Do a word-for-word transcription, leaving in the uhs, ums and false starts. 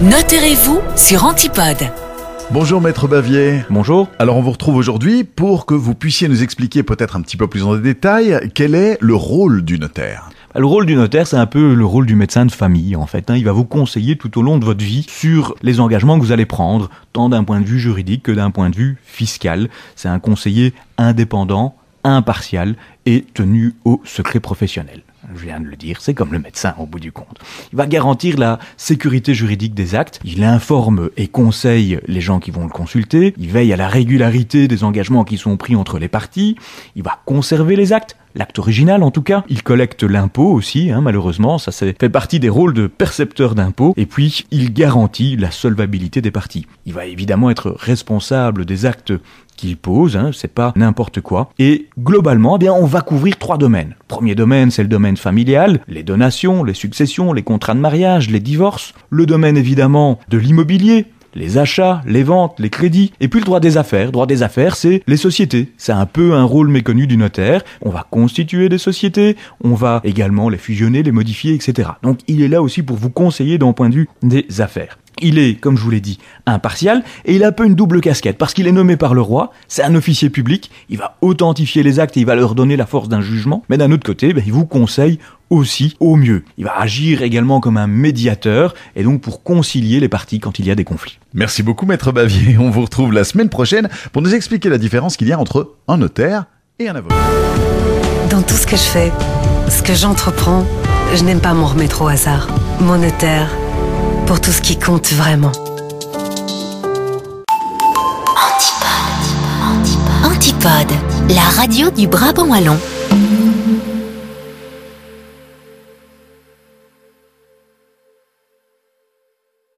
Notez-vous sur Antipode. Bonjour Maître Bavier. Bonjour. Alors on vous retrouve aujourd'hui pour que vous puissiez nous expliquer peut-être un petit peu plus en détail quel est le rôle du notaire. Le rôle du notaire, c'est un peu le rôle du médecin de famille, en fait. Il va vous conseiller tout au long de votre vie sur les engagements que vous allez prendre, tant d'un point de vue juridique que d'un point de vue fiscal. C'est un conseiller indépendant, impartial et tenu au secret professionnel. Je viens de le dire, c'est comme le médecin au bout du compte. Il va garantir la sécurité juridique des actes, il informe et conseille les gens qui vont le consulter, il veille à la régularité des engagements qui sont pris entre les parties, il va conserver les actes, l'acte original en tout cas, il collecte l'impôt aussi, hein, malheureusement, ça fait partie des rôles de percepteur d'impôt, et puis il garantit la solvabilité des parties. Il va évidemment être responsable des actes qu'il pose, hein, c'est pas n'importe quoi. Et globalement, eh bien, on va couvrir trois domaines. Le premier domaine, c'est le domaine familial, les donations, les successions, les contrats de mariage, les divorces. Le domaine évidemment de l'immobilier, les achats, les ventes, les crédits, et puis le droit des affaires. Le droit des affaires, c'est les sociétés. C'est un peu un rôle méconnu du notaire. On va constituer des sociétés, on va également les fusionner, les modifier, et cetera. Donc il est là aussi pour vous conseiller d'un point de vue des affaires. Il est, comme je vous l'ai dit, impartial, et il a un peu une double casquette, parce qu'il est nommé par le roi, c'est un officier public, il va authentifier les actes et il va leur donner la force d'un jugement, mais d'un autre côté, ben, il vous conseille aussi au mieux. Il va agir également comme un médiateur, et donc pour concilier les parties quand il y a des conflits. Merci beaucoup Maître Bavier, on vous retrouve la semaine prochaine pour nous expliquer la différence qu'il y a entre un notaire et un avocat. Dans tout ce que je fais, ce que j'entreprends, je n'aime pas m'en remettre au hasard. Mon notaire, pour tout ce qui compte vraiment. Antipode, la radio du Brabant wallon.